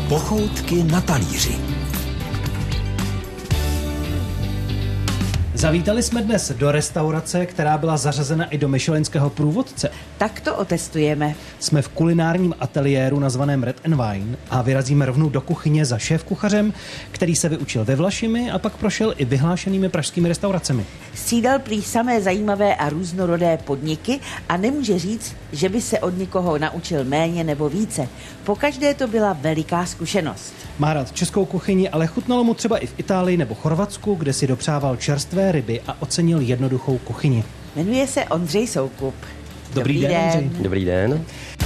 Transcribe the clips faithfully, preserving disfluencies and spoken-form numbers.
Pochoutky na talíři. Zavítali jsme dnes do restaurace, která byla zařazena i do michelinského průvodce. Tak to otestujeme. Jsme v kulinárním ateliéru nazvaném Red and Wine a vyrazíme rovnou do kuchyně za šéfkuchařem, který se vyučil ve Vlašimi a pak prošel i vyhlášenými pražskými restauracemi. Střídal prý samé zajímavé a různorodé podniky a nemůže říct, že by se od někoho naučil méně nebo více. Pokaždé to byla veliká zkušenost. Má rád českou kuchyni, ale chutnalo mu třeba i v Itálii nebo Chorvatsku, kde si dopřával čerstvé ryby a ocenil jednoduchou kuchyni. Jmenuje se Ondřej Soukup. Dobrý, Dobrý den, den. Ondřej. Dobrý den.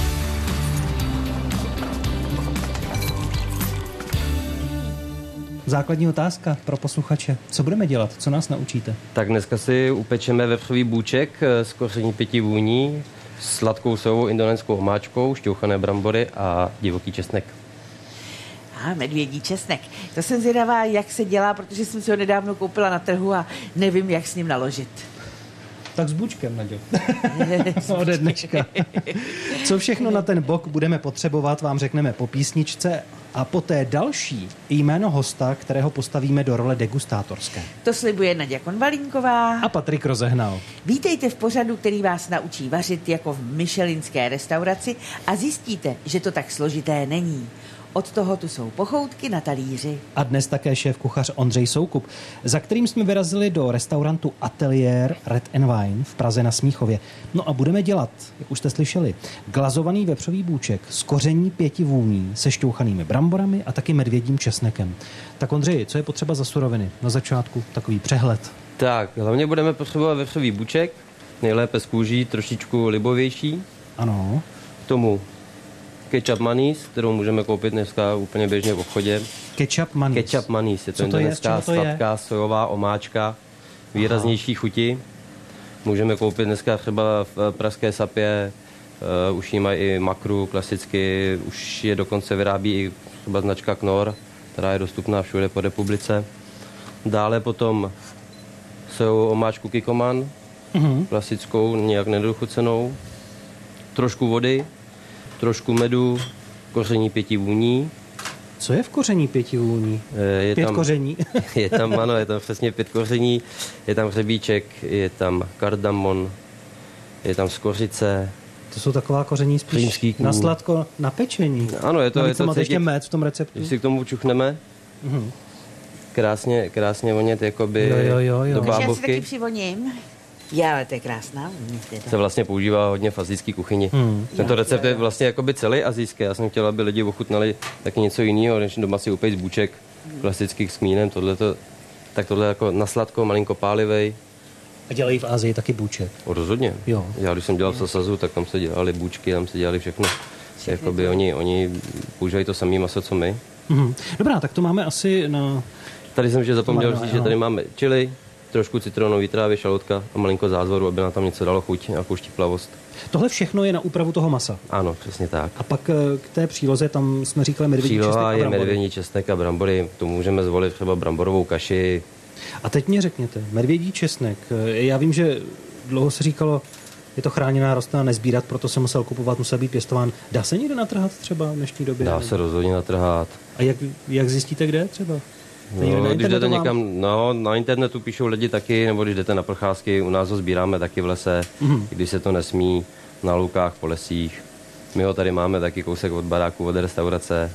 Základní otázka pro posluchače. Co budeme dělat? Co nás naučíte? Tak dneska si upečeme vepřový bůček z koření pěti vůní, sladkou sojovou indonéskou omáčkou, šťouchané brambory a divoký česnek. A medvědí česnek. To jsem zvědavá, jak se dělá, protože jsem si ho nedávno koupila na trhu a nevím, jak s ním naložit. Tak s bučkem, Naďo. Ode dneška. Co všechno na ten bok budeme potřebovat, vám řekneme po písničce a poté další jméno hosta, kterého postavíme do role degustátorské. To slibuje Naďa Konvalínková a Patrik Rozehnal. Vítejte v pořadu, který vás naučí vařit jako v michelinské restauraci a zjistíte, že to tak složité není. Od toho tu jsou pochoutky na talíři. A dnes také šéfkuchař Ondřej Soukup, za kterým jsme vyrazili do restaurantu Ateliér Red and Wine v Praze na Smíchově. No a budeme dělat, jak už jste slyšeli, glazovaný vepřový bůček z koření pěti vůní se šťouchanými bramborami a taky medvědím česnekem. Tak Ondřej, co je potřeba za suroviny? Na začátku takový přehled. Tak, hlavně budeme potřebovat vepřový bůček, nejlépe z kůží, trošičku libovější. Ano. K tomu ketchup manis, kterou můžeme koupit dneska úplně běžně v obchodě. Ketchup manis. Ketchup manis, je to, to indonéská je? sladká sojová omáčka, výraznější Aha. chuti. Můžeme koupit dneska třeba v pražské Sapě, uh, už jí mají i makru klasicky, už je dokonce vyrábí i třeba značka Knorr, která je dostupná všude po republice. Dále potom sojovou omáčku Kikkoman, uh-huh. klasickou, nějak nedochucenou. Trošku vody, trošku medu, koření pěti vůní. Co je v koření pěti vůní? Je pět tam, koření. Je tam, ano, je tam přesně pět koření. Je tam hřebíček, je tam kardamon, je tam skořice. To jsou taková koření spíš na sladko, na pečení. Ano, je to, no, je to máte ještě med v tom receptu. Když si k tomu čuchneme, uh-huh. krásně, krásně vonět jakoby jo, jo, jo, jo. do bábovky. Já si taky přivoním. Já, ale to je krásná. Se vlastně používá hodně v asijské kuchyni. Hmm. Tento recept je vlastně jakoby celý asijský. Já jsem chtěl, aby lidi ochutnali taky něco jiného, než doma si upejt bůček klasických s kmínem. Tohleto, tak tohle jako na sladko, malinko pálivej. A dělají v Asii taky bůček? O, rozhodně. Jo. Já když jsem dělal v Sasazu, tak tam se dělali bůčky, tam se dělali všechno. Jakoby oni, oni používají to samé maso, co my. Hmm. Dobrá, tak to máme asi na... Tady jsem že zapomněl říct, že tady máme chili, trošku citronový trávy, šalotka a malinko zázvoru, aby nám tam něco dalo chuť, nějakou štiplavost. Tohle všechno je na úpravu toho masa? Ano, přesně tak. A pak k té příloze, tam jsme říkali medvědí česnek a brambory. Příloha je medvědí česnek a brambory, tu můžeme zvolit třeba bramborovou kaši. A teď mě řekněte, medvědí česnek, já vím, že dlouho se říkalo, je to chráněná rostlina, nezbírat, proto se musel kupovat, musel být pěstován. Dá se někde natrhat třeba v dnešní době? Dá se rozhodně natrhat. A jak, jak zjistíte, kde třeba? No, když jdete někam, no, na internetu píšou lidi taky, nebo když jdete na procházky, u nás ho sbíráme taky v lese, mm. když se to nesmí, na loukách, po lesích. My ho tady máme taky kousek od baráku, od restaurace.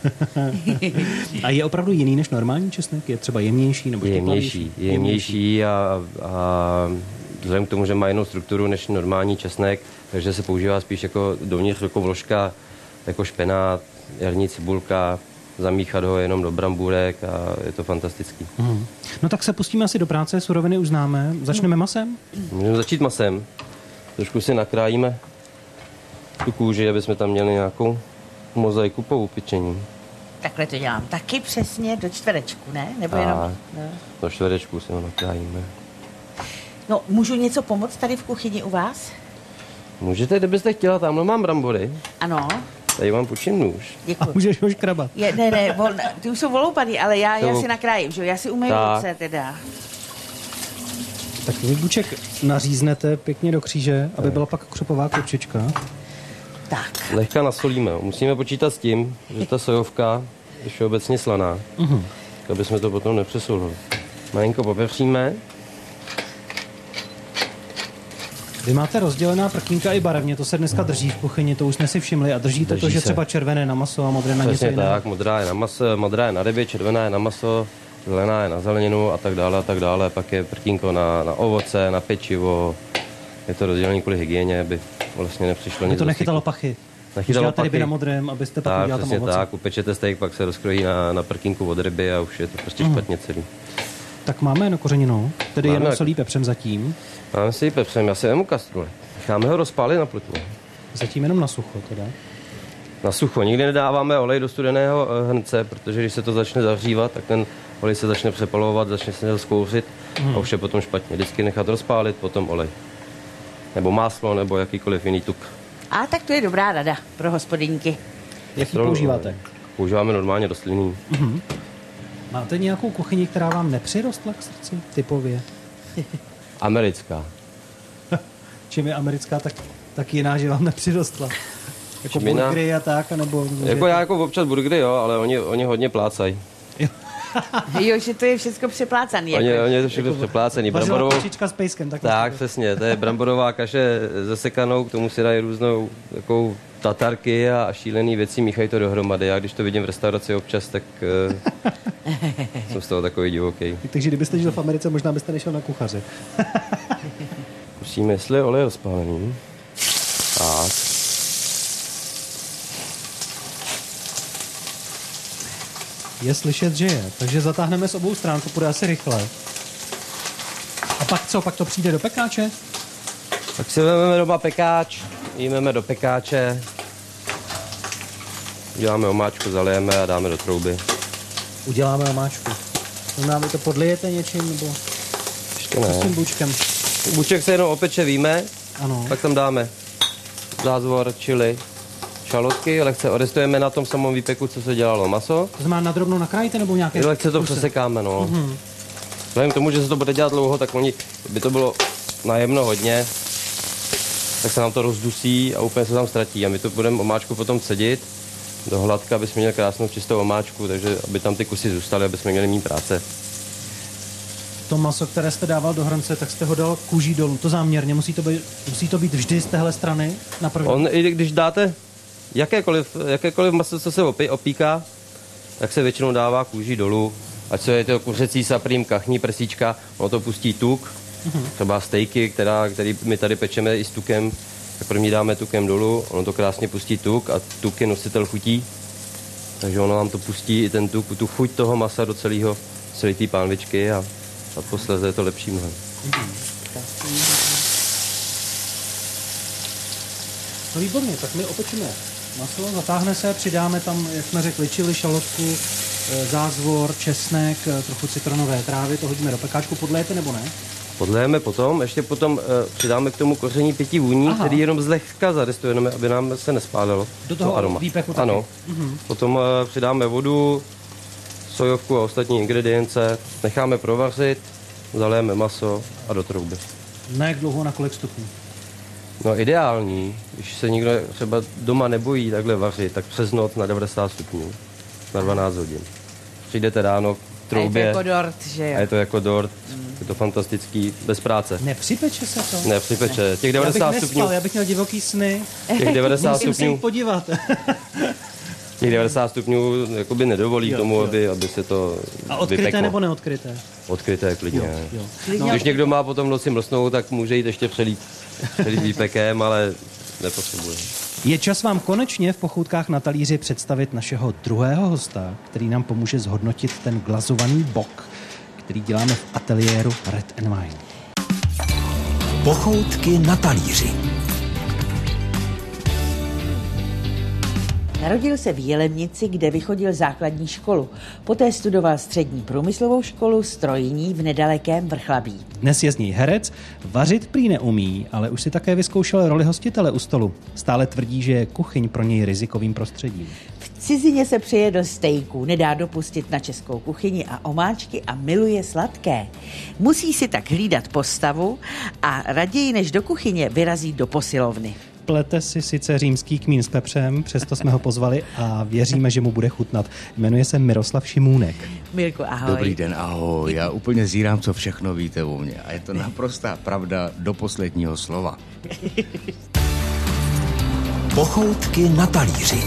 A je opravdu jiný než normální česnek? Je třeba jemnější nebo jemnější? Jemnější a, a vzhledem k tomu, že má jinou strukturu než normální česnek, takže se používá spíš jako dovnitř jako vložka, jako špenát, jarní cibulka, zamíchat ho jenom do brambůrek a je to fantastický. Hmm. No tak se pustíme asi do práce, suroviny už známe. Začneme masem? Můžeme začít masem. Trošku si nakrájíme tu kůži, aby jsme tam měli nějakou mozaiku po upečení. Takhle to dělám taky přesně do čtverečku, ne? Nebo a jenom... No. Do čtverečku si ho nakrájíme. No, můžu něco pomoct tady v kuchyni u vás? Můžete, kdybyste chtěla, tamhle mám brambory. Ano. Tady vám půjčím nůž. Děkuji. A můžeš ho škrabat. Je, ne, ne, vol, ty už jsou voloupaný, ale já, já si nakrájím, že? Já si umyju ruce teda. Tak vy buček naříznete pěkně do kříže, aby byla pak křopová kočička. Tak. Lehka nasolíme. Musíme počítat s tím, že ta sojovka všeobecně slaná, uh-huh. aby jsme to potom nepřesunuli. Malinko popepříme. Vy máte rozdělená prkínka i barevně, to se dneska drží v kuchyni, to už jsme si všimli a držíte Drží to, že se. třeba červené na maso a modré na Přesně něco jiného. tak, modrá je na maso, modrá je na ryby, červená je na maso, zelená je na zeleninu a tak dále a tak dále. Pak je prkínko na, na ovoce, na pečivo. Je to rozdělené kvůli hygieně, aby vlastně nepřišlo Aby nic to do nechytalo styku. pachy. Nechytalo Děláte ryby pachy. na modrém, abyste pak Tak, udělali tam přesně ovoce. tak, upečete steak, pak se rozkrojí na, na prkínku od ryby a už je to prostě mm. špatně celý. Tak máme na kořeninu, tedy Máme jenom na- solí pepřem zatím. Máme si ji pepřem, já si vemu kastruli. Necháme ho rozpálit na plutně. Zatím jenom na sucho teda. Na sucho. Nikdy nedáváme olej do studeného eh, hrnce, protože když se to začne zahřívat, tak ten olej se začne přepalovat, začne se rozkouřit hmm. a už je potom špatně. Vždycky nechat rozpálit, potom olej. Nebo máslo, nebo jakýkoliv jiný tuk. A tak to je dobrá rada pro hospodyňky. Jaký Strol- používáte? Používáme normálně rostlinný. Máte nějakou kuchyni, která vám nepřirostla k srdci typově? Americká. Čím je americká, tak, tak jiná, že vám nepřirostla. Jako Čím jiná? burgery a tak, nebo... Jako já jako občas burgery, jo, ale oni, oni hodně plácají. Jo, že to je všechno přeplácaný. Oni, Jako. oni je to všechno přeplácený. Vařila Bramborovou, kočička s pejskem. Tak, tak, přesně, to je bramborová kaše zasekanou, k tomu si dají různou takovou tatarky a, a šílený věci, míchají to dohromady. Já když to vidím v restauraci občas, tak uh, jsem z toho takový divoký. Takže kdybyste žil v Americe, možná byste nešel na kuchaře. Musíme, jestli je olej rozpálený. Tak. Je slyšet, že je. Takže zatáhneme z obou stran, to půjde asi rychle. A pak co? Pak to přijde do pekáče? Tak si vezmeme doma pekáč, jímeme do pekáče, děláme omáčku, zalijeme a dáme do trouby. Uděláme omáčku. Znamená, vy to podlijete něčím, nebo Ještě s tím ne. bučkem? Buček se jenom opeče, víme, Ano. pak tam dáme zázvor, chili, šalotky, lehce orestujeme na tom samém výpeku, co se dělalo maso. To znamená, na drobno nakrájíte, nebo nějaké... Lehce to kusy? přesekáme, no. Mhm. Vzhledem k tomu, že se to bude dělat dlouho, tak oni, by to bylo najemno hodně, tak se nám to rozdusí a úplně se tam ztratí. A my to budeme omáčku potom cedit do hladka, aby jsme měli krásnou čistou omáčku, takže aby tam ty kusy zůstaly, aby jsme měli méně práce. To maso, které jste dával do hrnce, tak jste ho dal kůží dolů. To záměrně. Musí to být, musí to být vždy z téhle strany na první. On, i když dáte jakékoliv, jakékoliv maso, co se opí, opíká, tak se většinou dává kůží dolů. Ať co je to kuřecí saprým, kachní, prsíčka, ono to pustí tuk, mm-hmm. třeba stejky, která, který my tady pečeme i s tukem, tak první dáme tukem dolů, ono to krásně pustí tuk a tuk je nositel chutí, takže ono nám to pustí i ten tuk, tu chuť toho masa do celého, celé té pánvičky a, a posléze je to lepší mnohem. No výborně, tak my opečíme maso, zatáhne se, přidáme tam, jak jsme řekli, čili, šalotku, e, zázvor, česnek, e, trochu citronové trávy, to hodíme do pekáčku, podléjete nebo ne? Podlejeme potom, ještě potom e, přidáme k tomu koření pěti vůní, Aha. který jenom zlehka zaristujeme, aby nám se nespálilo. Do toho to aroma. výpechu taky. Ano. Mhm. Potom e, přidáme vodu, sojovku a ostatní ingredience, necháme provařit, zalijeme maso a do trouby. Na jak dlouho, na kolik stupňů? No ideální, když se někdo třeba doma nebojí takhle vařit, tak přes noc na devadesát stupňů, na dvanáct hodin. Přijdete ráno v A je to troubě jako dort, že a jo? je to jako dort, je to fantastický, bez práce. Nepřipeče se to? Ne, připeče. Těch Já bych devadesát nespal, stupňů, já bych měl divoký sny. těch devadesát Musím se jít stupňů, podívat. těch devadesát stupňů jakoby nedovolí Jo, tomu, jo. aby, aby se to A odkryté vypeklo. nebo neodkryté? Odkryté, klidně. Jo, jo. Klidně Když někdo má potom v noci mlsnou, tak může jít ještě přelít, přelít výpekem, ale nepotřebuje. Je čas vám konečně v Pochoutkách na talíři představit našeho druhého hosta, který nám pomůže zhodnotit ten glazovaný bok, který děláme v ateliéru Red and Wine. Pochoutky na talíři. Narodil se v Jelemnici, kde vychodil základní školu. Poté studoval střední průmyslovou školu strojní v nedalekém Vrchlabí. Dnes je z něj herec, vařit prý neumí, ale už si také vyzkoušel roli hostitele u stolu. Stále tvrdí, že je kuchyň pro něj rizikovým prostředím. V cizině se přejedl stejků, nedá dopustit na českou kuchyni a omáčky a miluje sladké. Musí si tak hlídat postavu a raději než do kuchyně vyrazí do posilovny. Plete si sice římský kmín s pepřem, přesto jsme ho pozvali a věříme, že mu bude chutnat. Jmenuje se Miroslav Šimůnek. Mirku, ahoj. Dobrý den, ahoj. Já úplně zírám, co všechno víte o mně. A je to naprostá pravda do posledního slova. Pochoutky na talíři.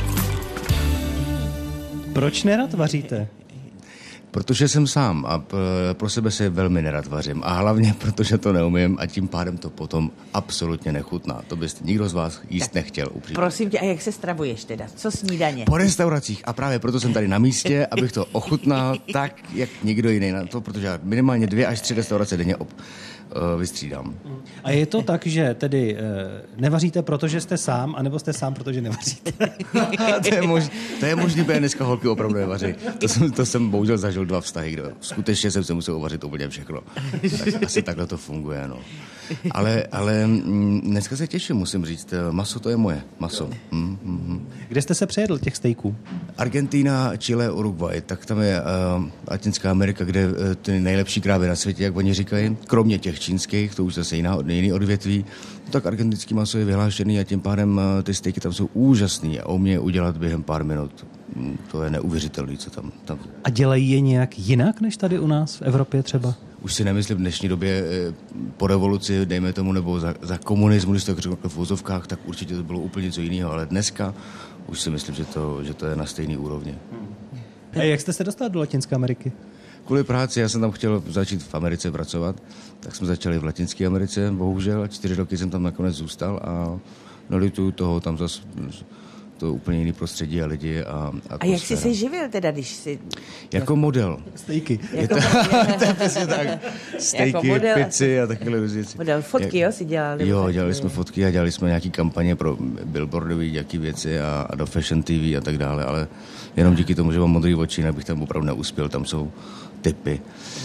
Proč nerad vaříte? Protože jsem sám a pro sebe se velmi nerad vařím. A hlavně, protože to neumím a tím pádem to potom absolutně nechutná. To byste nikdo z vás jíst tak nechtěl. Upřímně. Prosím tě, a jak se stravuješ teda? Co snídaně? Po restauracích. A právě proto jsem tady na místě, abych to ochutnal tak, jak nikdo jiný na to, protože já minimálně dvě až tři restaurace denně ob, uh, vystřídám. A je to tak, že tedy uh, nevaříte, protože jste sám, anebo jste sám, protože nevaříte? to je možný, to je možný, protože dneska holky opravdu nevaří. To jsem, to jsem bohužel zažil dva vztahy, kde skutečně jsem se musel uvařit úplně všechno. Tak asi takhle to funguje, no. Ale, ale dneska se těším, musím říct. Maso to je moje, maso. Mm, mm, mm. Kde jste se přejedl těch stejků? Argentína, Chile, Uruguay. Tak tam je uh, Latinská Amerika, kde uh, ty nejlepší krávy na světě, jak oni říkají. Kromě těch čínských, to už zase jiná, jiný odvětví. Tak argentinský maso je vyhlášený a tím pádem uh, ty stejky tam jsou úžasný a umí je udělat během pár minut. Mm, to je neuvěřitelný, co tam, tam... A dělají je nějak jinak, než tady u nás v Evropě třeba? Už si nemyslím v dnešní době po revoluci, dejme tomu, nebo za, za komunismu, když to řekl v vozovkách, tak určitě to bylo úplně něco jiného, ale dneska už si myslím, že to, že to je na stejný úrovni. A jak jste se dostal do Latinské Ameriky? Kvůli práci, já jsem tam chtěl začít v Americe pracovat, tak jsme začali v Latinské Americe, bohužel, čtyři roky jsem tam nakonec zůstal a nalituju toho, tam zase to úplně jiný prostředí a lidi a A jak jsi se živil teda, když jsi... Jako model. Stejky. Jako to je přesně tak. Stejky, jako pici a takové věci. Model fotky, jo, si dělal? Jo, dělali jsme fotky a dělali jsme nějaký kampaně pro billboardové nějaké věci a, a do Fashion T V a tak dále, ale jenom díky tomu, že mám modrý oči, jinak bych tam opravdu neuspěl. Tam jsou typy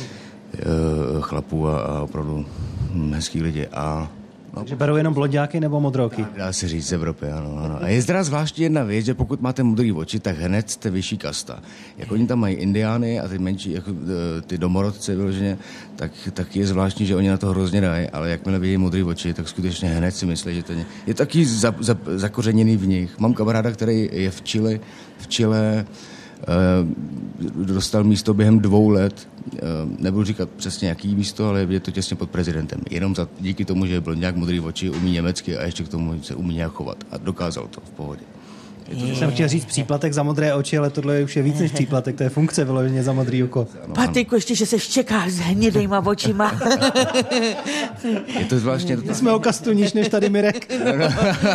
uh, chlapů a, a opravdu hezký lidi a No, takže berou jenom blonďáky nebo modroky? Dá se říct v Evropě, ano, ano. A je teda zvláštní jedna věc, že pokud máte modrý oči, tak hned jste vyšší kasta. Jak oni tam mají indiány a ty menší, jako ty domorodce vyloženě, tak, tak je zvláštní, že oni na to hrozně dají, ale jakmile vidí modrý oči, tak skutečně hned si myslí, že to je, je taky za, za, zakořeněný v nich. Mám kamaráda, který je v Chile, v Chile dostal místo během dvou let, nebudu říkat přesně jaký místo, ale je to těsně pod prezidentem. Jenom za, díky tomu, že je blonďák, modrý oči, umí německy a ještě k tomu se umí nějak chovat. A dokázal to v pohodě. Je. Jsem chtěl říct příplatek za modré oči, ale tohle už je víc než příplatek, to je funkce vyloženě za modrý oko. Patriku, ještě, že se štěkáš s hnědejma očima. Je to zvláštně... My jsme o kastu níž než tady Mirek. No, no.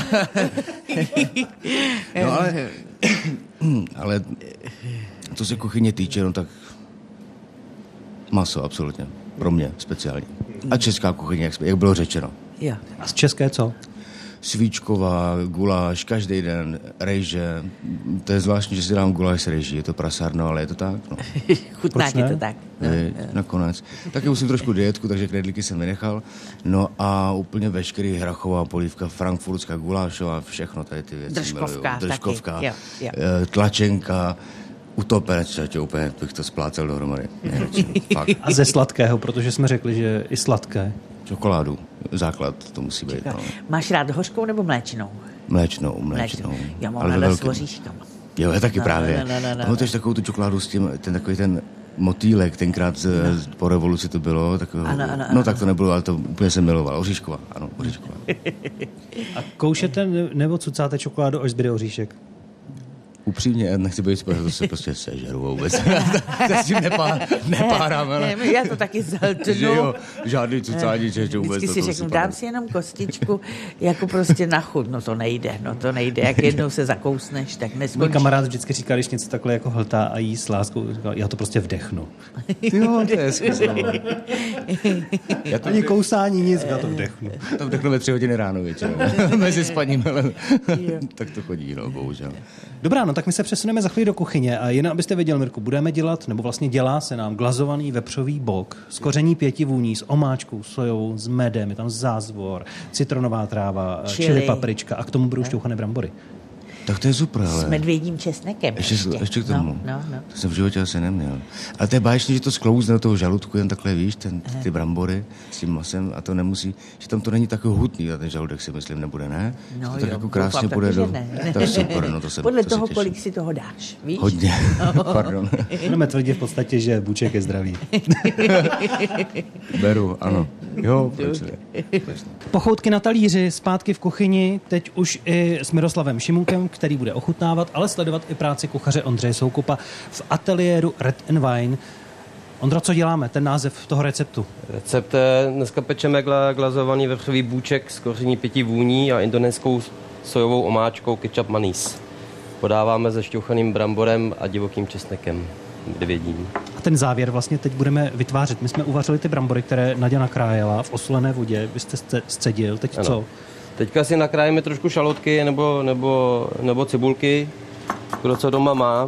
no ale... ale co se kuchyně týče, no tak maso, absolutně. Pro mě speciálně. A česká kuchyně, jak, jak bylo řečeno. Jo. A z české co? Svíčková, guláš, každý den, rejže. To je zvláštní, že si dám guláš s rejží. Je to prasárno, ale je to tak. No. Chutná ti to tak. No, je, nakonec. Taky musím trošku dietku, takže knedlíky jsem vynechal. No a úplně veškerý hrachová polívka, frankfurtská, gulášová, všechno tady ty věci. Držkovka. Držkovka, taky. Jo, jo. Tlačenka, utopenec, čo úplně bych to splácel dohromady. A ze sladkého, protože jsme řekli, že i sladké. Čokoládu, základ to musí být. No. Máš rád hořkou nebo mléčnou? Mléčnou, mléčnou. Já mám ráda s voříškama. Jo, je taky no, právě. No, no, no, no, Pamatuješ takovou tu čokoládu s tím, ten takový ten motýlek, tenkrát z, no. po revoluci to bylo. Takovou, ano, ano, no ano. tak to nebylo, ale to úplně jsem miloval. Oříšková, ano, oříšková. A koušete nebo cucáte čokoládu, až zbyde oříšek? Upřímně, já nechci být spojit, to se prostě sežeru vůbec. To s tím nepá, nepárám, ale... Ne, já to taky zhltnu. Že jo, žádný cucání, že vůbec... Vždycky to, si to řeknu, si dám si jenom kostičku, jako prostě na chud. No to nejde, no to nejde. Jak jednou se zakousneš, tak neskončí. Můj kamarád vždycky říká, když něco takhle jako hltá a jí s láskou, říká, já to prostě vdechnu. Jo, to je skvělé. Já to ani kousání, nic, já to vdechnu. To vdechnu ve tři hodiny ráno většinou. Mezi spaním, ale tak to chodí, no, bohužel. Dobrá, no tak my se přesuneme za chvíli do kuchyně a jen abyste věděl, Mirku, budeme dělat, nebo vlastně dělá se nám glazovaný vepřový bok z koření pěti vůní, s omáčkou, sojovou, s medem, je tam zázvor, citronová tráva, Chili, čili paprička a k tomu budou šťouchané brambory. Tak to je super, ale... S medvědím česnekem. Ještě, ještě. ještě k tomu. No, no, no. To jsem v životě asi neměl. Ale to je báječný, že to sklouzne do toho žaludku, jen takhle víš, ten, ty brambory s tím masem a to nemusí, že tam to není takový hutný a ten žaludek si myslím nebude, ne? No, to tak jo, jako krásně doufám, bude do... ne. Tak super, no to jsem Podle to toho, těším. kolik si toho dáš, víš? Hodně, pardon. Budeme tvrdit v podstatě, že buček je zdravý. Beru, ano. Jo, proč ne? Pochoutky na talíři, zpátky v kuchyni, teď už i s Miroslavem Šimunkem, který bude ochutnávat, ale sledovat i práci kuchaře Ondřeje Soukupa v ateliéru Red and Wine. Ondro, co děláme? Ten název toho receptu. Recept je, dneska pečeme gla, glazovaný vepřový bůček s koření pěti vůní a indonéskou sojovou omáčkou ketchup manis. Podáváme se šťouchaným bramborem a divokým česnekem, medvědím. A ten závěr vlastně teď budeme vytvářet. My jsme uvařili ty brambory, které Naďa nakrájela v osolené vodě. Vy jste scedil, teď ano. Co? Teďka si nakrájeme trošku šalotky nebo, nebo, nebo cibulky, kdo co doma má.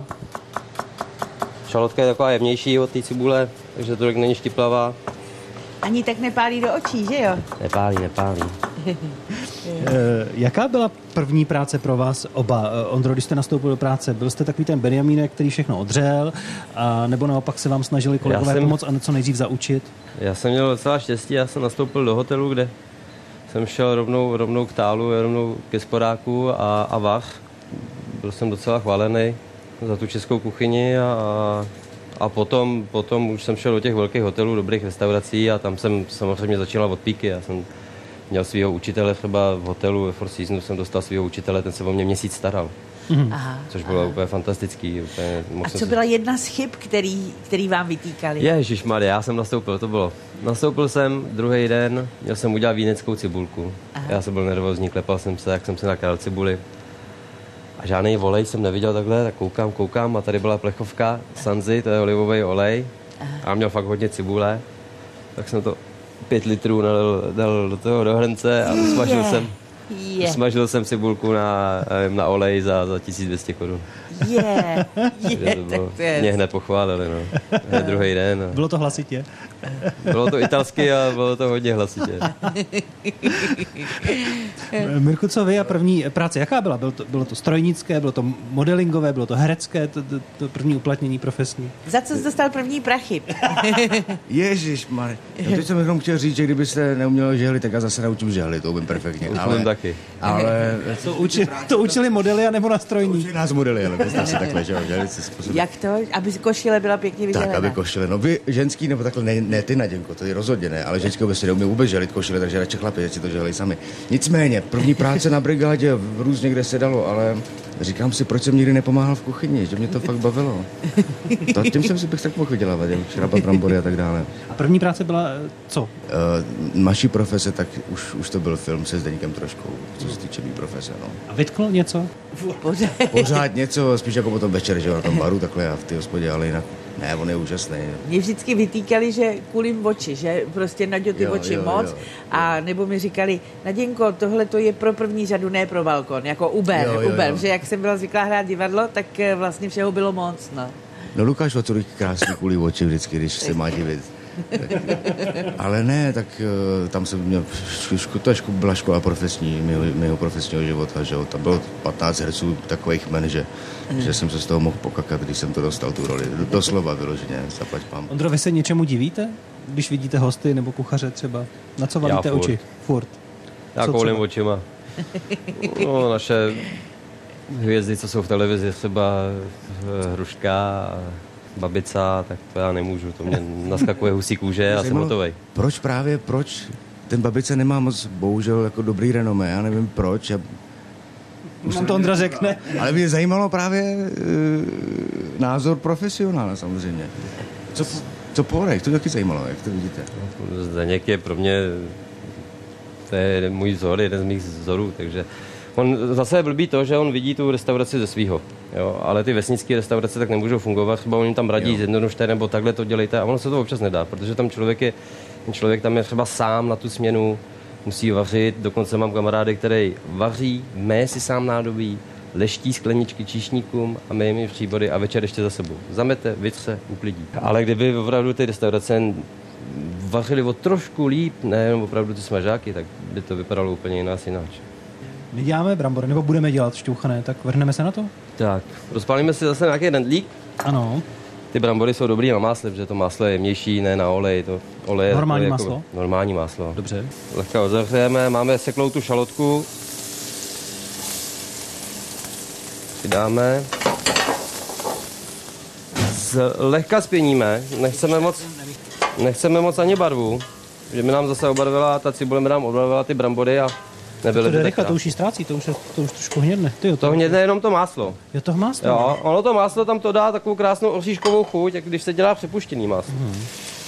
Šalotka je taková jemnější od té cibule, takže to není štiplavá. Ani tak nepálí do očí, že jo? Nepálí, nepálí. E, jaká byla první práce pro vás oba? E, Ondro, když jste nastoupil do práce, byl jste takový ten Benjamínek, který všechno odřel, a nebo naopak se vám snažili kolegové jsem, pomoct a co nejdřív zaučit? Já jsem měl docela štěstí, já jsem nastoupil do hotelu, kde jsem šel rovnou, rovnou k tálu, rovnou ke sporáku a, a vař. Byl jsem docela chválený za tu českou kuchyni a, a potom, potom už jsem šel do těch velkých hotelů, dobrých restaurací a tam jsem samozřejmě začínal od píky. Já jsem měl svého učitele třeba v hotelu ve Four Seasons, jsem dostal svého učitele, ten se o mě měsíc staral. Mhm. Aha, Což bylo aha. úplně fantastický. Úplně, A co byla jedna z chyb, který, který vám vytýkali? Ježišmarja, já jsem nastoupil, to bylo. Nastoupil jsem druhý den, měl jsem udělat víneckou cibulku. Aha. Já jsem byl nervózní, klepal jsem se, jak jsem si nakrál cibuli. A žádný volej jsem neviděl takhle, tak koukám, koukám a tady byla plechovka Sanzi, to je olivový olej. Aha. A měl fakt hodně cibule, tak jsem to pět litrů nalil, dal do toho do hrnce a usmažil Je. jsem. Je, Smažil jsem cibulku na, na olej za, za tisíc dvě stě korun. je, je, To tak bylo, to je... mě hned pochválili, no. Hned druhý den. A Bylo to hlasitě? bylo to italsky a bylo to hodně hlasitě. Mirku, co vy a první práce, jaká byla? Bylo to, bylo to strojnické, bylo to modelingové, bylo to herecké, to, to, to první uplatnění profesní? Za co jsi dostal první prachy? Ježišmarja. Já teď jsem jenom chtěl říct, že kdybyste neuměl žehlit, tak já zase naučím žehlit, to umím perfektně. Už Ale, umím taky. ale To, uči, to učili modely a nebo na strojní? učí nás modely, ale to se takhle, že jo, žehlit si způsob. Jak to? Aby košile byla pěkně vydělená. Tak, aby košile. No vy ženský, nebo takhle, ne, ne ty Naděnko, to je rozhodně ne, ale ženský vůbec si neumí vůbec žehlit košile, takže radši chlapi, si to žehli sami. Nicméně, první práce na brigádě v různě kde se dalo, ale říkám si, proč jsem nikdy nepomáhal v kuchyni, že mě to fakt bavilo. To, tím jsem si bych tak mohl vydělávat, šrabat brambory a tak dále. A první práce byla eh, co? Uh, naší profese, tak už, už to byl film se Zdeňkem Troškou, co se týče mý profese, no. A vytklo něco? Pořád. Pořád něco, spíš jako potom večer, že jo, na tom baru takhle a v té hospodě, ale jinak, ne, on je úžasný. Mě vždycky vytýkali, že kulím oči, že prostě Naďo ty Jo, oči jo, moc. jo, jo. A nebo mi říkali, Naděnko, tohle to je pro první řadu, ne pro balkon, jako Uber, Jo, jo, Uber, jo. že jak jsem byla zvyklá hrát divadlo, tak eh, vlastně všeho bylo moc, no. No Lukáš Vaculík krásný kulí oči vždycky, když se má divit. Tak, ale ne, tak uh, tam jsem měl, šku, to ško, byla škola profesní, mého, mého profesního života, že jo, tam bylo patnáct herců takových men, že, mm. že jsem se z toho mohl pokakat, když jsem to dostal tu roli. Doslova vyloženě, zaplať pám. Ondro, vy se něčemu divíte, když vidíte hosty nebo kuchaře třeba? Na co valíte Já furt. oči? Furt. Já Co koulím třeba? očima. No, naše hvězdy, co jsou v televizi, třeba eh, Hruška, Babica, tak to já nemůžu, to mě naskakuje husí kůže a jsem Zajímalo, hotovej. Proč právě, proč ten Babice nemá moc, bohužel, jako dobrý renomé, já nevím proč. Já, Mám to Ondra řekne. ale mě zajímalo právě e, názor profesionála samozřejmě. Co, co porech, to taky zajímalo, jak to vidíte. Zdeněk je pro mě, to je můj vzor, jeden z mých vzorů, takže on zase je blbý to, že on vidí tu restauraci ze svýho, jo, ale ty vesnické restaurace tak nemůžou fungovat, třeba oni tam radí, Jo. zjednodušte, nebo takhle to dělejte a ono se to občas nedá, protože tam člověk je, ten člověk tam je třeba sám na tu směnu, musí vařit, dokonce mám kamarády, který vaří, mé si sám nádobí, leští skleničky číšníkům a myje mi příbody a večer ještě za sebou. Zamete, vytře, uklidí. Ale kdyby opravdu ty restaurace vařili o trošku líp, ne opravdu ty smažáky, tak by to vypadalo úplně jinak jináč. My děláme brambory, nebo budeme dělat šťouchané, tak vrhneme se na to? Tak, rozpálíme si zase nějaký rendlík. Ano. Ty brambory jsou dobrý na másle, protože to máslo je jemnější, ne na olej. To olej Normální je máslo? Jako normální máslo. Dobře. Lehka rozehřejeme, máme seklou tu šalotku. Přidáme. Lehka spěníme, nechceme moc, nechceme moc ani barvu, že mi nám zase obarvila, ta cibule mi nám obarvila ty brambory a nebyly To by je rychle, tak to už jí ztrácí, to už, je, to už trošku hnědne. Ty jo, to hnědne jenom to máslo. Je to máslo? Jo, ono to máslo tam to dá takovou krásnou oříškovou chuť, jak když se dělá přepuštěný máslo. Hmm.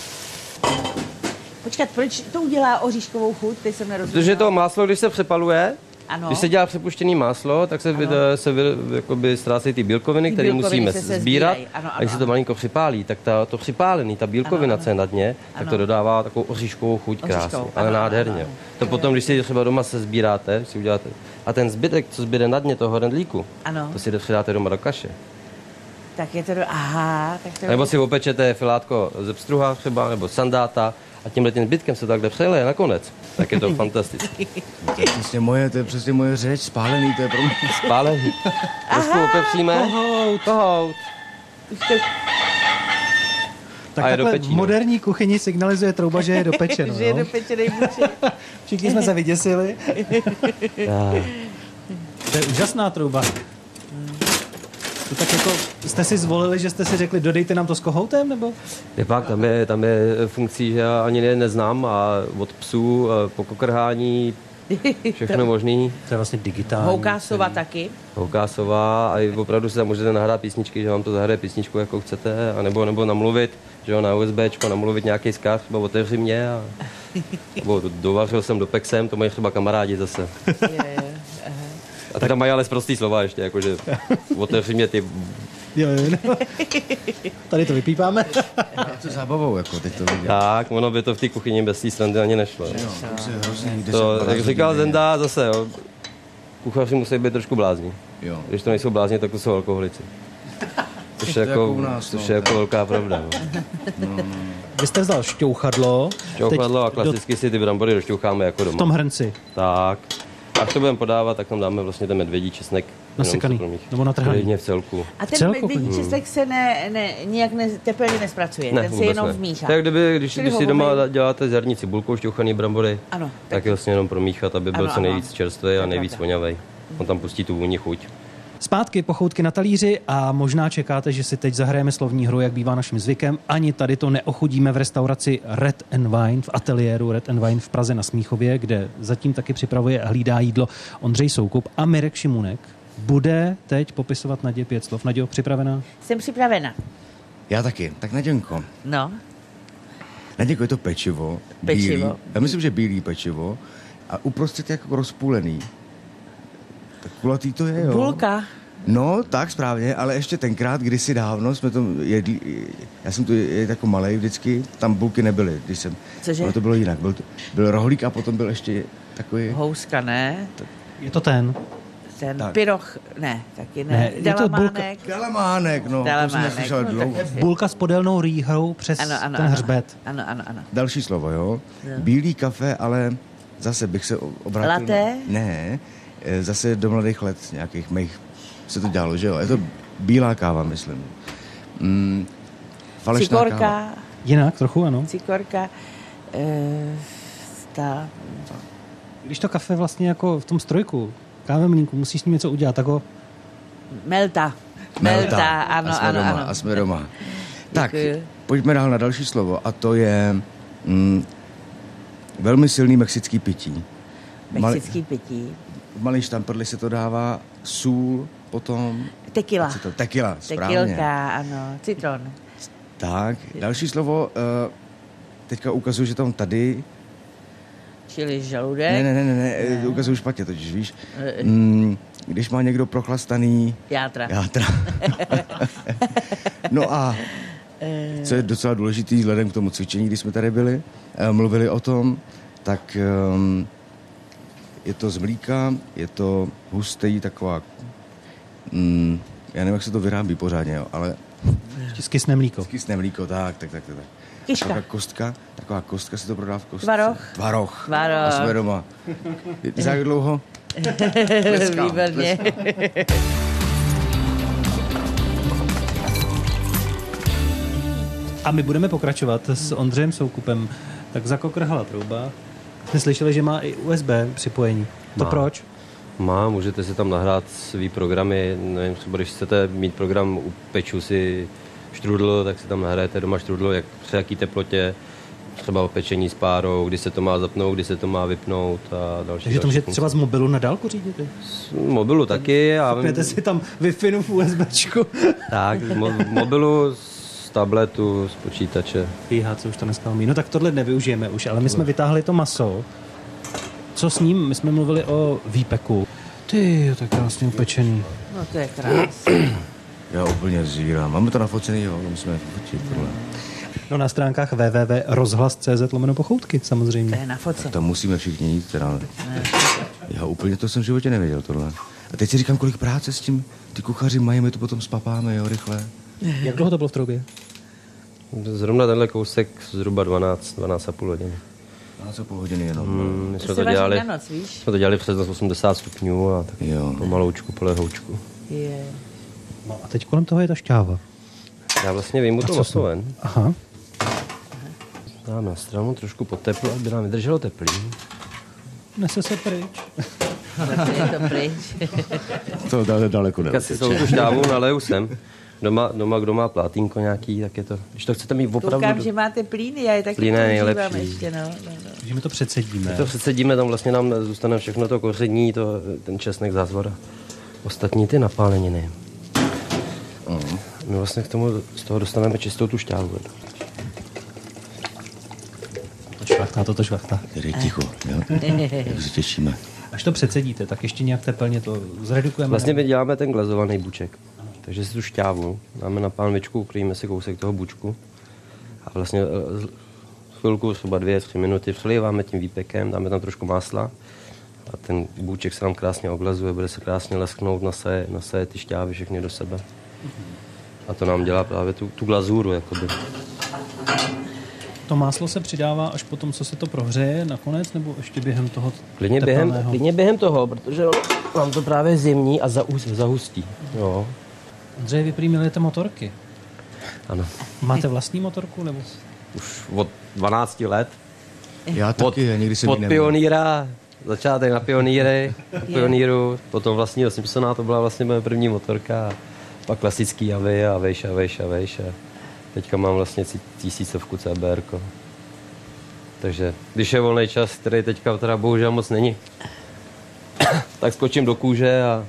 Počkat, proč to udělá oříškovou chuť? Teď jsem nerozuměla. Protože to máslo, když se přepaluje, Ano. když se dělá přepuštěný máslo, tak se, vy, se vy, jakoby ztrácejí ty bílkoviny, Ty které bílkoviny musíme se se sbírat. sbírají. Ano, ano, a když se to ano. malinko připálí, tak ta, to připálený, ta bílkovina, co je na dně, tak Ano. to dodává takovou oříškovou chuť Oříškovou, krásnou, ano, ale ano, nádherně. ano. To potom, když si třeba doma se sbíráte, si uděláte, a ten zbytek, co zbyde na dně toho rendlíku, Ano. to si přidáte doma do kaše. Tak je to do... Aha, tak to je... Nebo si opečete filátko ze pstruha třeba, nebo sandáta, a tímhle tím zbytkem se to takhle přeleje nakonec. Tak je to fantastické. To je přesně moje, to je přesně moje řeč, spálený, to je pro mě. Spálený. Trošku opepříme. Kohout. Kohout. Už to... Tak A je do takhle pečí, v moderní kuchyni signalizuje trouba, že je dopečeno. že je jo? dopečenej buček. Všichni jsme se vyděsili. Tak. To je úžasná trouba. To tak jako, jste si zvolili, že jste si řekli, dodejte nám to s kohoutem, nebo? Je fakt, tam je, tam je funkcí, že já ani ne, neznám a od psů po kokrhání všechno možný. To je vlastně digitální. Houkásova taky. Houkásová a i opravdu si tam můžete nahrát písničky, že vám to zahraje písničku, jakou chcete, anebo, nebo namluvit, že jo, na USBčko, namluvit nějaký zkáz, třeba otevři mě a nebo dovařil jsem, dopek jsem, to mají třeba kamarádi zase. Je, je. A ty tam mají ale prostý slova ještě, jakože otevři mě ty. Jo, jo, no. Tady to vypípáme. To zábavou, jako teď to vidět. Tak, ono by to v té kuchyni bez té srandy ani nešlo. Jo, to už je hrozný, To, deset, jak říkal hodin denně. Zenda, zase, jo, kuchaři musí být trošku blázní. Jo. Když to nejsou blázni, tak to jsou alkoholici. Což To je je jako, jako u nás, což no. je jako velká pravda. No. Vy jste vzal šťouchadlo. Šťouchadlo a Teď do- klasicky si ty brambory došťoucháme jako doma. v tom hrnci. Tak. Až to budeme podávat, tak tam dáme vlastně ten medvědí česnek. Nasekaný, jenom se promíchá. nebo natrhaný. Klidně v celku. A ten Celkově. medvědí česnek se ne, ne, nijak ne, teplně nespracuje, ten se vůbec jenom ne. vmíchá. Tak kdyby, když, Čili když si ho doma umyj. děláte zrní cibulkou, šťouchaný brambory, Ano, tak je vlastně jenom promíchat, aby byl Ano, co ano. nejvíc čerstvý To a je nejvíc pravda. voňavej. On tam pustí tu vůni chuť. Zpátky pochoutky na talíři a možná čekáte, že si teď zahrajeme slovní hru, jak bývá naším zvykem. Ani tady to neochudíme v restauraci Red and Wine, v ateliéru Red and Wine v Praze na Smíchově, kde zatím taky připravuje a hlídá jídlo Ondřej Soukup a Mirek Šimunek bude teď popisovat Nadě pět slov. Nadějo, připravená? Jsem připravena. Já taky. Tak Naděnko. No, Naděnko, je to pečivo. Pečivo. Bílý. Já myslím, že bílý pečivo. A uprostřed je jako rozpůlený. Tak kulatý to je, jo. bulka. No, tak správně, ale ještě tenkrát, kdysi dávno jsme to jedli, já jsem tu jedl jako malej vždycky, tam bulky nebyly, když jsem, Cože? no to bylo jinak, byl, to, byl rohlík a potom byl ještě takový, Houska, ne? Je to ten. Ten Tak. pyroch, ne, taky ne. Ne, je to Dalamánek. Dalamánek, no, to jsem Dalamánek, neslyšel no, dlouho. tak- Bulka s podélnou rýhou přes Ano, ano, ten ano. hřbet. Ano, ano, ano. Další slovo, jo? Jo. Bílý kafe, ale zase bych se o- obrátil... Latte? Na, ne, eh, zase do mladých let nějakých mých se to dělalo, že jo? Je to bílá káva, myslím. Mm, falešná káva. Cikorka, Jinak trochu, ano. cikorka, e, ta, Když to kafe vlastně jako v tom strojku, kávemlínku, musíš s ním něco udělat, tak ho melta. Melta, ano, a jsme ano, doma, ano. A jsme doma. Tak, Děkuji. pojďme dál na další slovo a to je mm, velmi silný mexický pití. Mexický pití. V malý štamprli se to dává, sůl, potom... Tequila. Co to? Tequila, správně. Tequilka, ano. Citron. Tak, další slovo, uh, teďka ukazuju, že tam tady... Čili žaludek. Ne, ne, ne, ne, ne, ukazuju špatně totiž, víš. Mm, když má někdo prochlastaný... Játra. Játra. No a co je docela důležitý vzhledem k tomu cvičení, když jsme tady byli, eh, mluvili o tom, tak um, je to z mlíka, je to hustý, taková, mm, já nevím, jak se to vyrábí pořádně, jo, ale skysne mlíko. skysne mlíko, tak, tak, tak, tak. Kiška. Taková kostka, taková kostka se to prodá v kostce. Tvaroh. Tvaroh. Tvaroh. A jsme doma. Za jak dlouho? Výborně. A my budeme pokračovat s Ondřejem Soukupem. Tak zakokrhala trouba. Jsme slyšeli, že má i U S B připojení. To Má. proč? Má, můžete si tam nahrát svý programy, nevím, třeba když chcete mít program, upeču si štrudl, tak si tam nahrajete doma štrudl, jak při jaký teplotě, třeba pečení s párou, kdy se to má zapnout, kdy se to má vypnout a další. Takže to další můžete třeba z mobilu na dálku řídit? Z mobilu taky. A Zapněte si tam Wi-Fi v USBčku. tak, z mo- mobilu, z tabletu, z počítače. Fíha, co už to dneska umí. No tak tohle nevyužijeme už, ale my jsme vytáhli to maso. Co s ním? My jsme mluvili o výpeku. Ty, to je krásně upečený. No to je krásné. Já úplně zírám. Máme to nafocený, jo, musíme fotit tohle. No na stránkách w w w tečka rozhlas tečka c z lomeno pochoutky, To samozřejmě. je na foce. To musíme všichni jít, teda. Já úplně to jsem v životě nevěděl, tohle. A teď si říkám, kolik práce s tím ty kuchaři mají, my to potom spapáme, jo, rychle. Jak dlouho to bylo v troubě? Zrovna tenhle kousek zhruba dvanáct, dvanáct a půl hodiny. dvanáct a půl hodiny jenom. Hmm, my To jsme se to vaří dělali, na noc, víš? jsme to dělali přes osmdesát stupňů a tak Jo. pomaloučku, polehoučku. Je. No a teď kolem toho je ta šťáva. Já vlastně vyjmu to co maso to? ven. Aha. Dám na stranu trošku pod teplo, aby nám vydrželo teplý. Nese se pryč. Je to pryč. To dále daleko Tak si celou tu šťávu naleju sem. Doma, doma, kdo má plátínko nějaký, tak je to, když to chcete mít opravdu... Koukám, že máte plíny, já je taky Plíny je používám nejlepší. ještě, no, no, no. Takže my to předsedíme. To předsedíme, tam vlastně nám zůstane všechno to koření, to, ten česnek, zázvora. Ostatní ty napáleniny. My vlastně k tomu z toho dostaneme čistou tu šťávu. To švachtá, toto švachtá. Tady ticho, jo. Jak se těšíme. Až to předsedíte, tak ještě nějak tepelně to zredukujeme. Vlastně my děláme ten glazovaný buček. Takže si tu šťávu dáme na pánvičku, ukryjeme si kousek toho bučku a vlastně eh, chvilku, třeba dvě, tři minuty přeliváme tím výpekem, dáme tam trošku másla a ten buček se nám krásně oglazuje, bude se krásně lesknout, nasaje, nasaje ty šťávy všechny do sebe. A to nám dělá právě tu, tu glazuru, jakoby. To máslo se přidává až potom, co se to prohřeje nakonec, nebo ještě během toho Klidně během, tepelného? klidně během toho, protože on, vám to právě zimní a zahus, zahustí. Jo. Ondřej, vy prý milujete motorky. Ano. Máte vlastní motorku, nebo? Už od dvanácti let. Já taky, někdy jsem Od ji neměl. pionýra, začátek na pionýry, na pionýru, potom vlastního Simpsona, to byla vlastně moje první motorka, pak klasický Javy a vejš a vejš a vejš a teďka mám vlastně tisícovku C B R ko. Takže když je volný čas, který teďka teda bohužel moc není, tak skočím do kůže a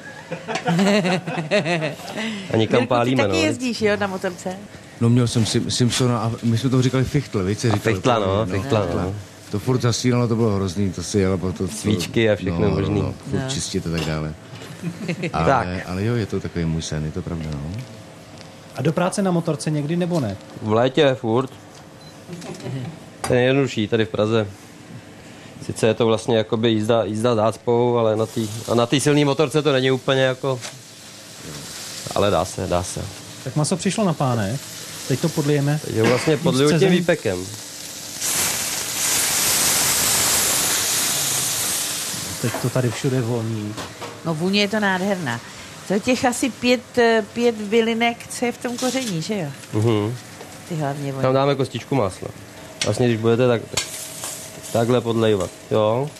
a nikam Mirku, pálíme. ty taky No. jezdíš, jo, na motorce? No měl jsem Sim- Simpsona a my jsme to říkali fichtl, víš, říkali. Fichtla, no, fichtla, no. To furt zasínalo, to bylo hrozný, to si jelo, to, to, Svíčky a všechno no, možný. No, no, furt No. čistit a tak dále. Ale, Tak. ale jo, je to takový můj sen, je to pravda, no. A do práce na motorce někdy nebo ne? V létě furt. To je jednodušší tady v Praze. Sice je to vlastně jakoby jízda, jízda zácpou, ale na té a na té silné motorce to není úplně jako... Ale dá se, dá se. Tak maso přišlo na pánek, teď to podlijeme. Teď ho vlastně podliju tím Scezem. výpekem. Teď to tady všude voní. No vůně je to nádherná. To je těch asi pět, eh, pět bylinek, co je v tom koření, že jo? Mhm. Ty hlavně voní. Tam dáme kostičku másla. Vlastně, když budete tak, takhle podlejvat, jo.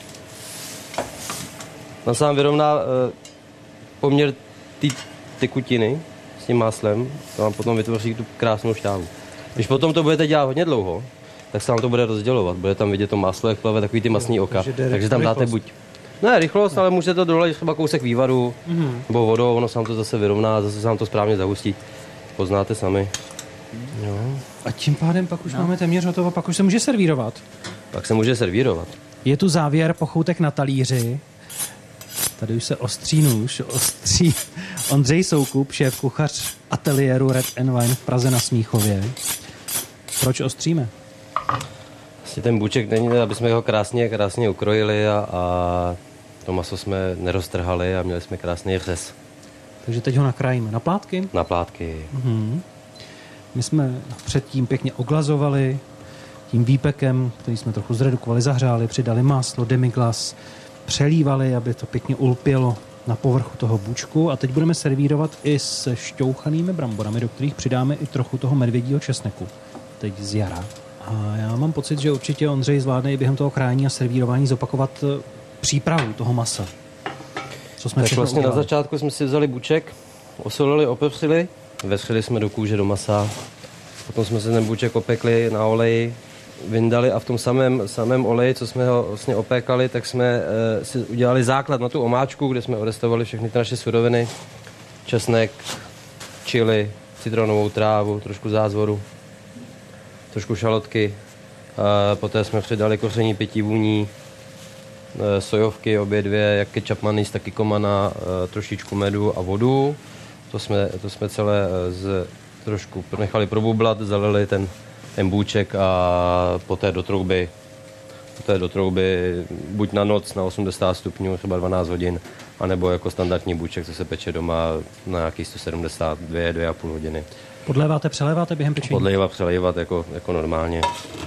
Tam se vám vyrovná uh, poměr té tekutiny s tím máslem, to vám potom vytvoří tu krásnou šťávu. Když potom to budete dělat hodně dlouho, tak se vám to bude rozdělovat. Bude tam vidět to máslo, jak plave takový ty masný oka. Takže jde Takže tam dáte rychlost. buď ne rychlost, ale můžete to dolejt třeba kousek vývaru, mm-hmm. nebo vodou, ono se vám to zase vyrovná, zase se vám to správně zahustí. Poznáte sami. Jo. A tím pádem pak už no. máme téměř hotovo, pak už se může servírovat. Pak se může servírovat. Je tu závěr pochoutek na talíři. Tady už se ostří nůž, ostří Ondřej Soukup, šéf kuchař ateliéru Red and Wine v Praze na Smíchově. Proč ostříme? Vlastně ten buček není, aby jsme ho krásně, krásně ukrojili a, a to maso jsme neroztrhali a měli jsme krásný řez Takže teď ho nakrájíme na plátky. na plátky. Mhm. My jsme předtím pěkně oglazovali tím výpekem, který jsme trochu zredukovali, zahřáli, přidali máslo, demiglas, přelívali, aby to pěkně ulpělo na povrchu toho bůčku. A teď budeme servírovat i s šťouchanými bramborami, do kterých přidáme i trochu toho medvědího česneku. Teď z jara. A já mám pocit, že určitě Ondřej zvládne i během toho krájení a servírování zopakovat přípravu toho masa. Co jsme tak vlastně udělali? Na začátku jsme si vzali bůček, osolili, opepřili, veschli jsme do kůže, do masa. Potom jsme se ten bůček opekli na oleji, vyndali a v tom samém, samém oleji, co jsme ho vlastně opékali, tak jsme e, si udělali základ na tu omáčku, kde jsme orestovali všechny ty naše suroviny. Česnek, chili, citronovou trávu, trošku zázvoru, trošku šalotky. E, poté jsme přidali koření pěti vůní, e, sojovky, obě dvě, jak ketchup mayonnaise, tak i komana, e, trošičku medu a vodu. To jsme, to jsme celé z, trošku nechali probublat, zalili ten ten bůček a poté do trouby, poté do trouby buď na noc na osmdesát stupňů, třeba dvanáct hodin, anebo jako standardní bůček, co se peče doma na nějakých sto sedmdesát dva, dva a půl hodiny. Podléváte, přeléváte během pečení? Podlévat, přelévat jako, jako normálně.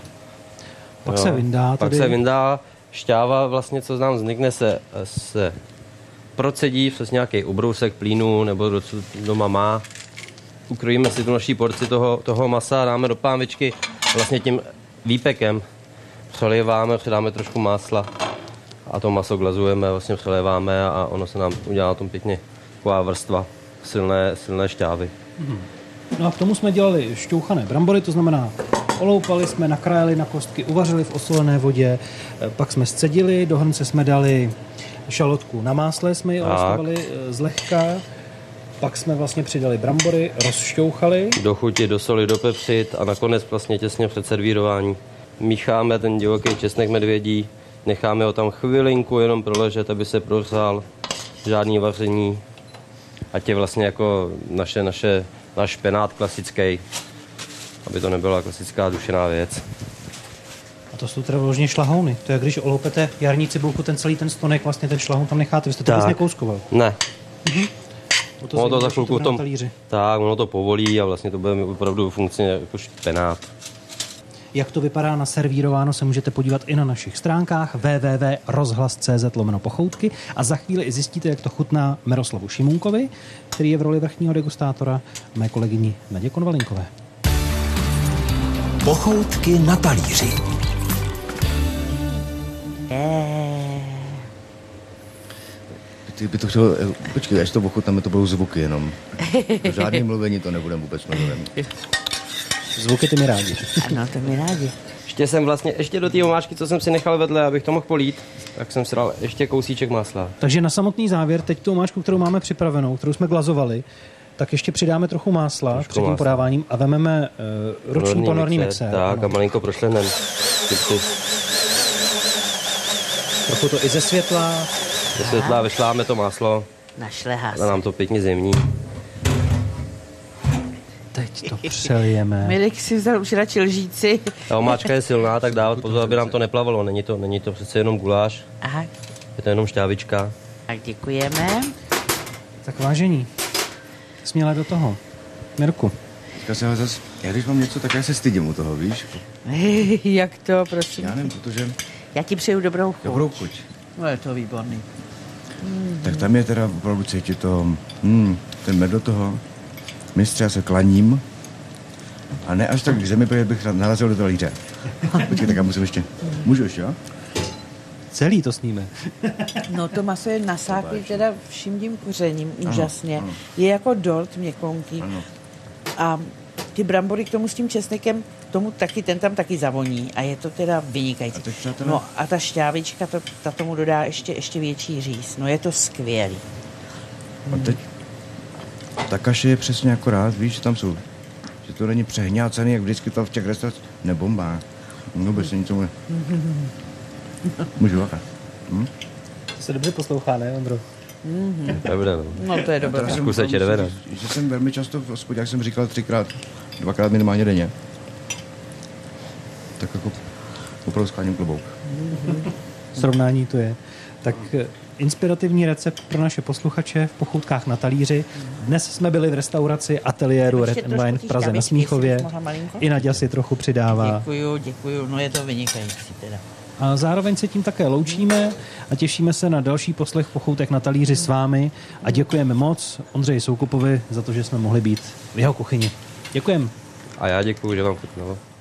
Pak jo, se vyndá. Pak tady... se vyndá, šťáva vlastně, co nám vznikne, se, se procedí přes nějaký ubrousek plínu, nebo do, co doma má. Ukrojíme si tu naší porci toho, toho masa, dáme do pánvičky vlastně tím výpekem. Přeléváme, přidáme trošku másla a to maso glazujeme, vlastně přeléváme a ono se nám udělá na tom pěkně taková vrstva silné, silné šťávy. Hmm. No a k tomu jsme dělali šťouchané brambory, to znamená oloupali jsme, nakrájeli na kostky, uvařili v osolené vodě, pak jsme scedili, do hrnce jsme dali šalotku na másle, jsme ji orostovali zlehka. Pak jsme vlastně přidali brambory, rozšťouchali. Do chuti, do soli, dopepřit a nakonec vlastně těsně před servírování mícháme ten divoký česnek medvědí, necháme ho tam chvilinku jenom proležet, aby se prohřál, žádný vaření, ať je vlastně jako naše, naše, náš špenát klasický, aby to nebyla klasická dušená věc. A to jsou teda vložně šlahouny. To je, když oloupete jarní cibulku, ten celý ten stonek, vlastně ten šlahoun tam necháte. Vy jste to vůbec nekouskoval? Ne. Mhm. To ono to za chvilku v tom, tak, ono to povolí a vlastně to bude opravdu funkčně jako špenát. Jak to vypadá naservírováno, se můžete podívat i na našich stránkách w w w tečka rozhlas tečka cz lomeno pochoutky a za chvíli i zjistíte, jak to chutná Miroslavu Šimunkovi, který je v roli vrchního degustátora, a mé kolegyni Nadě Konvalinkové. Pochoutky na talíři. Ty by to chtěl, počkej, až to ochutnáme, to budou zvuky jenom. Žádný mluvení to nebudeme vůbec mluvení. Zvuky ty mi rádi. Ano, to mi rádi. Ještě jsem vlastně, ještě do té omáčky, co jsem si nechal vedle, abych to mohl polít, tak jsem si dal ještě kousíček másla. Takže na samotný závěr, teď tu omáčku, kterou máme připravenou, kterou jsme glazovali, tak ještě přidáme trochu másla trošku před tím másla. podáváním a vememe uh, ruční ponorný, ponorný mixér. mixér. Tak ano. A malinko prošlehneme. Trochu to i ze světla. Ze světla vyšláme to máslo. Našlehá se. A nám to pěkně zemní. Teď to přelijeme. Milik si vzal už radši lžíci. Ta omáčka je silná, tak dávat pozor, aby nám to neplavalo. Není to, není to přece jenom guláš. Aha. Je to jenom šťávička. Tak děkujeme. Tak vážení, směle do toho. Mirku. Já, zas, já když mám něco, tak já se stydím u toho, víš? Jak to, prosím? Já nevím, protože... Já ti přeju dobrou chuť. Dobrou chuť. No je to výborný. Mm. Tak tam je teda opravdu cítit to, mm, ten med do toho. Mistře, já se klaním. A ne až tak k zemi, protože bych narazil do talíře. Počkej, tak já musím ještě... Můžu ještě, jo? Celý to sníme. No to maso je nasáklý teda vším tím kořením, úžasně. Ano, ano. Je jako dort měkonký. Ano. A ty brambory k tomu s tím česnekem, tomu taky, ten tam taky zavoní a je to teda vynikající. A teď, no a ta šťávička, to, ta tomu dodá ještě, ještě větší říz. No je to skvělý. A teď ta kaše je přesně akorát, víš, že tam jsou, že to není přehňácený, jak vždycky to v těch restauracích, nebombá. Vůbec se ničemu ne... Můžu vakat. Hm? To se dobře poslouchá, ne, Ondro? Mm-hmm. Dobré, no. No to je dobré. Trošku se červená. Že jsem velmi často v hospodě, jak jsem říkal, třikrát, dvakrát minimálně denně. Tak jako opravdu skláním klobouk. Mm-hmm. Srovnání to je. Tak inspirativní recept pro naše posluchače v Pochoutkách na talíři. Dnes jsme byli v restauraci ateliéru Red and Wine v Praze na Smíchově. I Naďa si trochu přidává. Děkuju, děkuju, no je to vynikající teda. A zároveň se tím také loučíme a těšíme se na další poslech Pochoutek na talíři s vámi a děkujeme moc Ondřeji Soukupovi za to, že jsme mohli být v jeho kuchyni. Děkujeme. A já děkuju, že vám chutnalo.